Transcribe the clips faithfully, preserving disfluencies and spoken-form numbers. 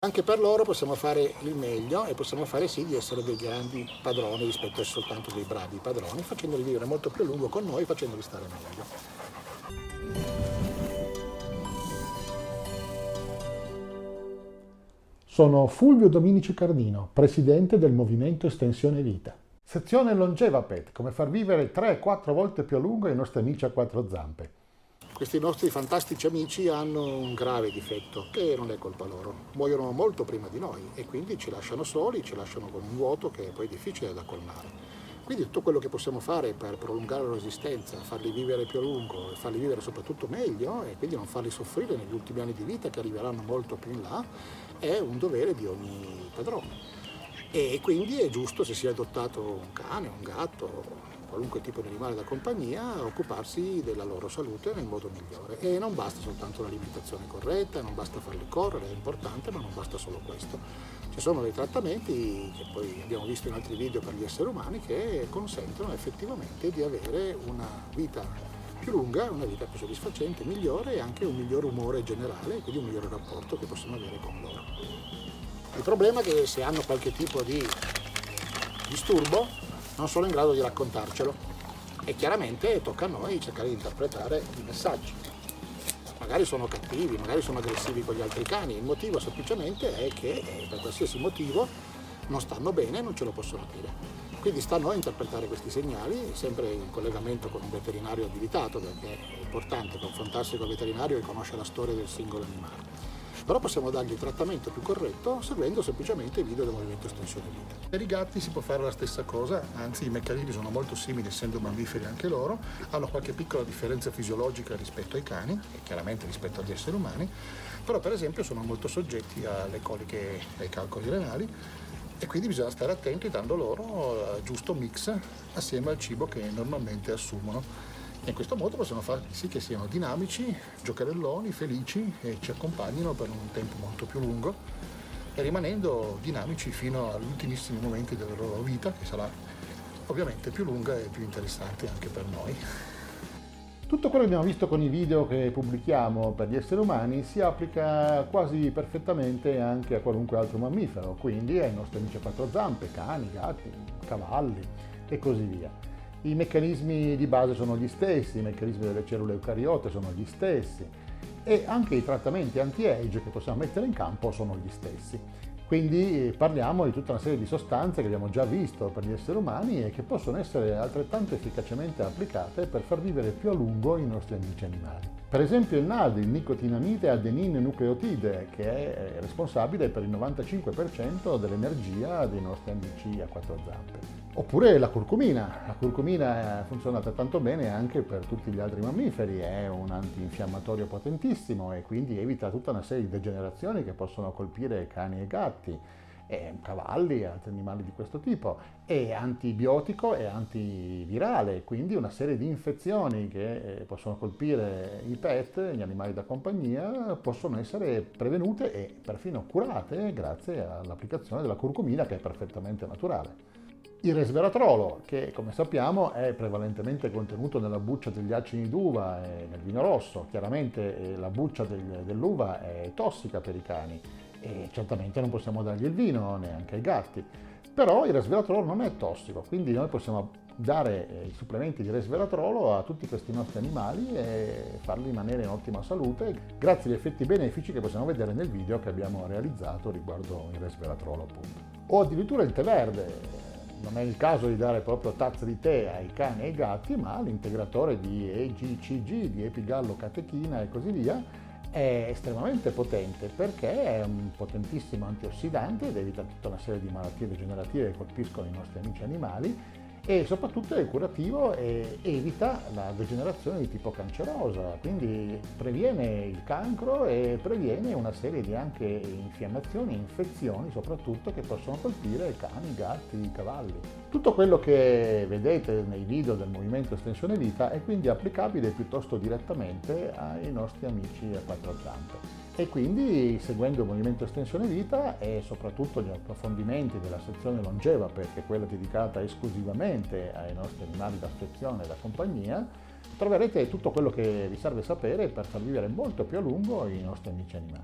Anche per loro possiamo fare il meglio e possiamo fare sì di essere dei grandi padroni rispetto a soltanto dei bravi padroni, facendoli vivere molto più a lungo con noi, facendoli stare meglio. Sono Fulvio Dominici Cardino, presidente del Movimento Estensione Vita. Sezione Longeva Pet, come far vivere tre quattro volte più a lungo i nostri amici a quattro zampe. Questi nostri fantastici amici hanno un grave difetto, che non è colpa loro. Muoiono molto prima di noi e quindi ci lasciano soli, ci lasciano con un vuoto che è poi difficile da colmare. Quindi tutto quello che possiamo fare per prolungare la loro esistenza, farli vivere più a lungo e farli vivere soprattutto meglio e quindi non farli soffrire negli ultimi anni di vita che arriveranno molto più in là, è un dovere di ogni padrone. E quindi è giusto, se si è adottato un cane, un gatto, qualunque tipo di animale da compagnia, occuparsi della loro salute nel modo migliore. E non basta soltanto l'alimentazione corretta, non basta farli correre, è importante, ma non basta solo questo. Ci sono dei trattamenti, che poi abbiamo visto in altri video per gli esseri umani, che consentono effettivamente di avere una vita più lunga, una vita più soddisfacente, migliore e anche un miglior umore generale, quindi un migliore rapporto che possiamo avere con loro. Il problema è che se hanno qualche tipo di disturbo non sono in grado di raccontarcelo e chiaramente tocca a noi cercare di interpretare i messaggi. Magari sono cattivi, magari sono aggressivi con gli altri cani, il motivo semplicemente è che per qualsiasi motivo non stanno bene e non ce lo possono dire. Quindi sta a noi interpretare questi segnali, sempre in collegamento con un veterinario abilitato, perché è importante confrontarsi con il veterinario e conoscere la storia del singolo animale. Però possiamo dargli il trattamento più corretto seguendo semplicemente i video del Movimento Estensione Vita. Per i gatti si può fare la stessa cosa, anzi i meccanismi sono molto simili essendo mammiferi anche loro, hanno qualche piccola differenza fisiologica rispetto ai cani e chiaramente rispetto agli esseri umani, però per esempio sono molto soggetti alle coliche e ai calcoli renali e quindi bisogna stare attenti dando loro il giusto mix assieme al cibo che normalmente assumono. E in questo modo possiamo far sì che siano dinamici, giocherelloni, felici e ci accompagnino per un tempo molto più lungo e rimanendo dinamici fino agli ultimissimi momenti della loro vita, che sarà ovviamente più lunga e più interessante anche per noi. Tutto quello che abbiamo visto con i video che pubblichiamo per gli esseri umani si applica quasi perfettamente anche a qualunque altro mammifero, quindi ai nostri amici a quattro zampe, cani, gatti, cavalli e così via. I meccanismi di base sono gli stessi, i meccanismi delle cellule eucariote sono gli stessi e anche i trattamenti anti-age che possiamo mettere in campo sono gli stessi. Quindi parliamo di tutta una serie di sostanze che abbiamo già visto per gli esseri umani e che possono essere altrettanto efficacemente applicate per far vivere più a lungo i nostri amici animali. Per esempio il N A D, il nicotinamide adenine nucleotide, che è responsabile per il novantacinque per cento dell'energia dei nostri amici a quattro zampe. Oppure la curcumina. La curcumina funziona altrettanto bene anche per tutti gli altri mammiferi, è un antinfiammatorio potentissimo e quindi evita tutta una serie di degenerazioni che possono colpire cani e gatti, e cavalli e altri animali di questo tipo. È antibiotico e antivirale, quindi una serie di infezioni che possono colpire i pet, gli animali da compagnia, possono essere prevenute e perfino curate grazie all'applicazione della curcumina, che è perfettamente naturale. Il resveratrolo, che come sappiamo è prevalentemente contenuto nella buccia degli acini d'uva e nel vino rosso. Chiaramente la buccia del, dell'uva è tossica per i cani e certamente non possiamo dargli il vino neanche ai gatti. Però il resveratrolo non è tossico, quindi noi possiamo dare i supplementi di resveratrolo a tutti questi nostri animali e farli rimanere in ottima salute grazie agli effetti benefici che possiamo vedere nel video che abbiamo realizzato riguardo il resveratrolo, appunto. O addirittura il tè verde. Non è il caso di dare proprio tazze di tè ai cani e ai gatti, ma l'integratore di E G C G, di epigallocatechina e così via, è estremamente potente perché è un potentissimo antiossidante ed evita tutta una serie di malattie degenerative che colpiscono i nostri amici animali e soprattutto è curativo e evita la degenerazione di tipo cancerosa, quindi previene il cancro e previene una serie di anche infiammazioni e infezioni soprattutto che possono colpire cani, gatti, cavalli. Tutto quello che vedete nei video del Movimento Estensione Vita è quindi applicabile piuttosto direttamente ai nostri amici a quattro zampe. E quindi seguendo il Movimento Estensione Vita e soprattutto gli approfondimenti della sezione Longeva, perché è quella dedicata esclusivamente ai nostri animali d'affezione e da compagnia, troverete tutto quello che vi serve sapere per far vivere molto più a lungo i nostri amici animali.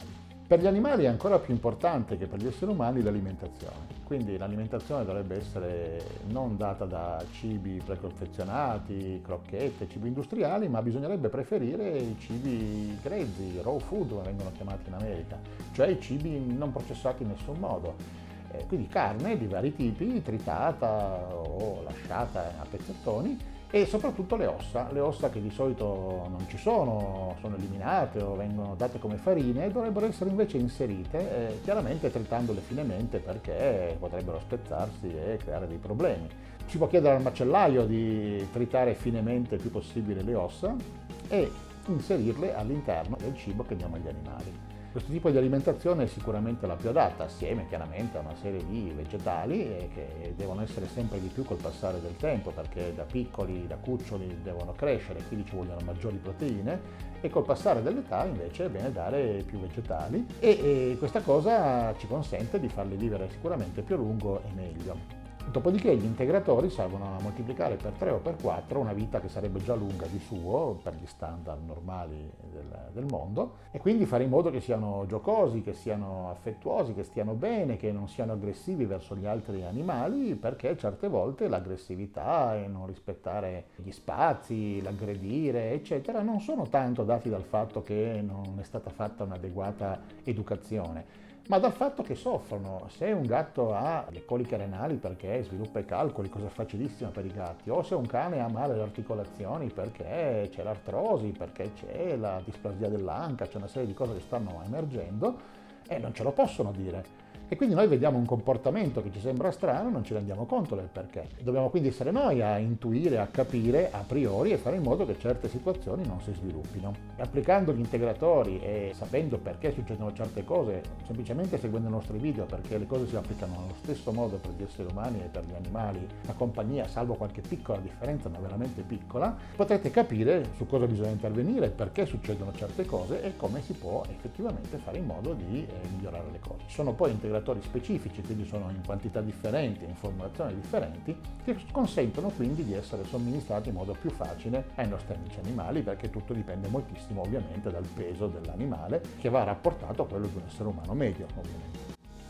Per gli animali è ancora più importante che per gli esseri umani l'alimentazione. Quindi l'alimentazione dovrebbe essere non data da cibi preconfezionati, crocchette, cibi industriali, ma bisognerebbe preferire i cibi grezzi, raw food come vengono chiamati in America, cioè i cibi non processati in nessun modo. Eh, quindi carne di vari tipi, tritata o lasciata a pezzettoni, e soprattutto le ossa, le ossa che di solito non ci sono, sono eliminate o vengono date come farine, dovrebbero essere invece inserite, eh, chiaramente tritandole finemente perché potrebbero spezzarsi e creare dei problemi. Si può chiedere al macellaio di tritare finemente il più possibile le ossa e inserirle all'interno del cibo che diamo agli animali. Questo tipo di alimentazione è sicuramente la più adatta, assieme chiaramente a una serie di vegetali che devono essere sempre di più col passare del tempo, perché da piccoli, da cuccioli devono crescere, quindi ci vogliono maggiori proteine, e col passare dell'età invece è bene dare più vegetali e, e questa cosa ci consente di farli vivere sicuramente più a lungo e meglio. Dopodiché gli integratori servono a moltiplicare per tre o per quattro una vita che sarebbe già lunga di suo per gli standard normali del, del mondo, e quindi fare in modo che siano giocosi, che siano affettuosi, che stiano bene, che non siano aggressivi verso gli altri animali, perché certe volte l'aggressività e non rispettare gli spazi, l'aggredire eccetera non sono tanto dati dal fatto che non è stata fatta un'adeguata educazione, ma dal fatto che soffrono. Se un gatto ha le coliche renali perché sviluppa i calcoli, cosa facilissima per i gatti, o se un cane ha male alle articolazioni perché c'è l'artrosi, perché c'è la displasia dell'anca, c'è una serie di cose che stanno emergendo e non ce lo possono dire. E quindi noi vediamo un comportamento che ci sembra strano, non ci rendiamo conto del perché. Dobbiamo quindi essere noi a intuire, a capire a priori e fare in modo che certe situazioni non si sviluppino. Applicando gli integratori e sapendo perché succedono certe cose, semplicemente seguendo i nostri video, perché le cose si applicano allo stesso modo per gli esseri umani e per gli animali, la compagnia, salvo qualche piccola differenza, ma veramente piccola, potrete capire su cosa bisogna intervenire, perché succedono certe cose e come si può effettivamente fare in modo di eh, migliorare le cose. Ci sono poi integratori specifici, quindi sono in quantità differenti, in formulazioni differenti, che consentono quindi di essere somministrati in modo più facile ai nostri amici animali, perché tutto dipende moltissimo ovviamente dal peso dell'animale, che va rapportato a quello di un essere umano medio ovviamente.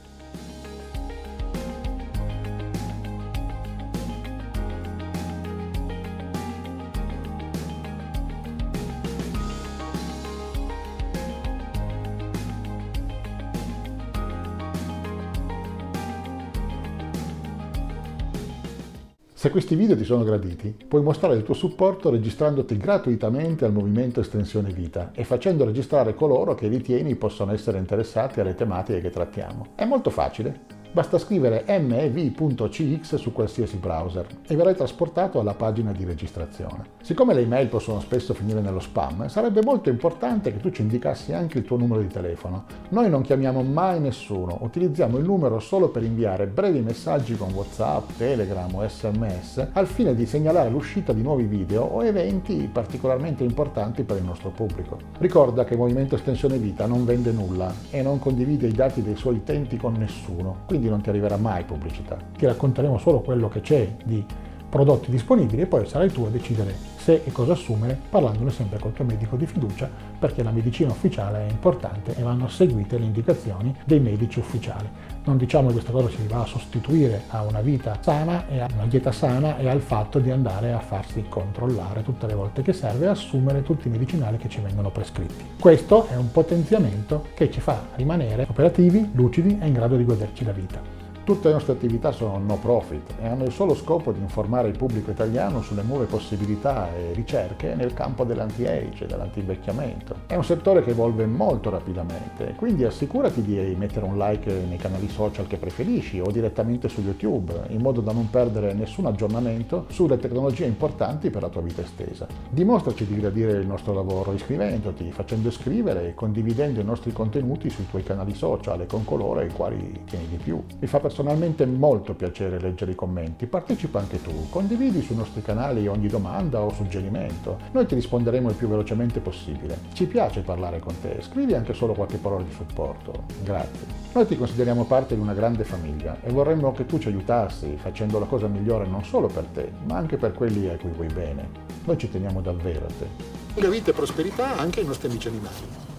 Se questi video ti sono graditi, puoi mostrare il tuo supporto registrandoti gratuitamente al movimento Estensione Vita e facendo registrare coloro che ritieni possano essere interessati alle tematiche che trattiamo. È molto facile. Basta scrivere m e v punto c x su qualsiasi browser e verrai trasportato alla pagina di registrazione. Siccome le email possono spesso finire nello spam, sarebbe molto importante che tu ci indicassi anche il tuo numero di telefono. Noi non chiamiamo mai nessuno, utilizziamo il numero solo per inviare brevi messaggi con WhatsApp, Telegram o S M S al fine di segnalare l'uscita di nuovi video o eventi particolarmente importanti per il nostro pubblico. Ricorda che il Movimento Estensione Vita non vende nulla e non condivide i dati dei suoi utenti con nessuno, quindi non ti arriverà mai pubblicità. Ti racconteremo solo quello che c'è di prodotti disponibili e poi sarai tu a decidere se e cosa assumere, parlandone sempre col tuo medico di fiducia, perché la medicina ufficiale è importante e vanno seguite le indicazioni dei medici ufficiali. Non diciamo che questa cosa si va a sostituire a una vita sana e a una dieta sana e al fatto di andare a farsi controllare tutte le volte che serve e assumere tutti i medicinali che ci vengono prescritti. Questo è un potenziamento che ci fa rimanere operativi, lucidi e in grado di goderci la vita. Tutte le nostre attività sono no profit e hanno il solo scopo di informare il pubblico italiano sulle nuove possibilità e ricerche nel campo dell'anti-age e dell'antivecchiamento. È un settore che evolve molto rapidamente, quindi assicurati di mettere un like nei canali social che preferisci o direttamente su YouTube, in modo da non perdere nessun aggiornamento sulle tecnologie importanti per la tua vita estesa. Dimostraci di gradire il nostro lavoro iscrivendoti, facendo iscrivere e condividendo i nostri contenuti sui tuoi canali social e con coloro ai quali tieni di più. Mi fa personalmente molto piacere leggere i commenti, partecipa anche tu, condividi sui nostri canali ogni domanda o suggerimento, noi ti risponderemo il più velocemente possibile. Ci piace parlare con te, scrivi anche solo qualche parola di supporto, grazie. Noi ti consideriamo parte di una grande famiglia e vorremmo che tu ci aiutassi facendo la cosa migliore non solo per te, ma anche per quelli a cui vuoi bene. Noi ci teniamo davvero a te. Lunga vita e prosperità anche ai nostri amici animali.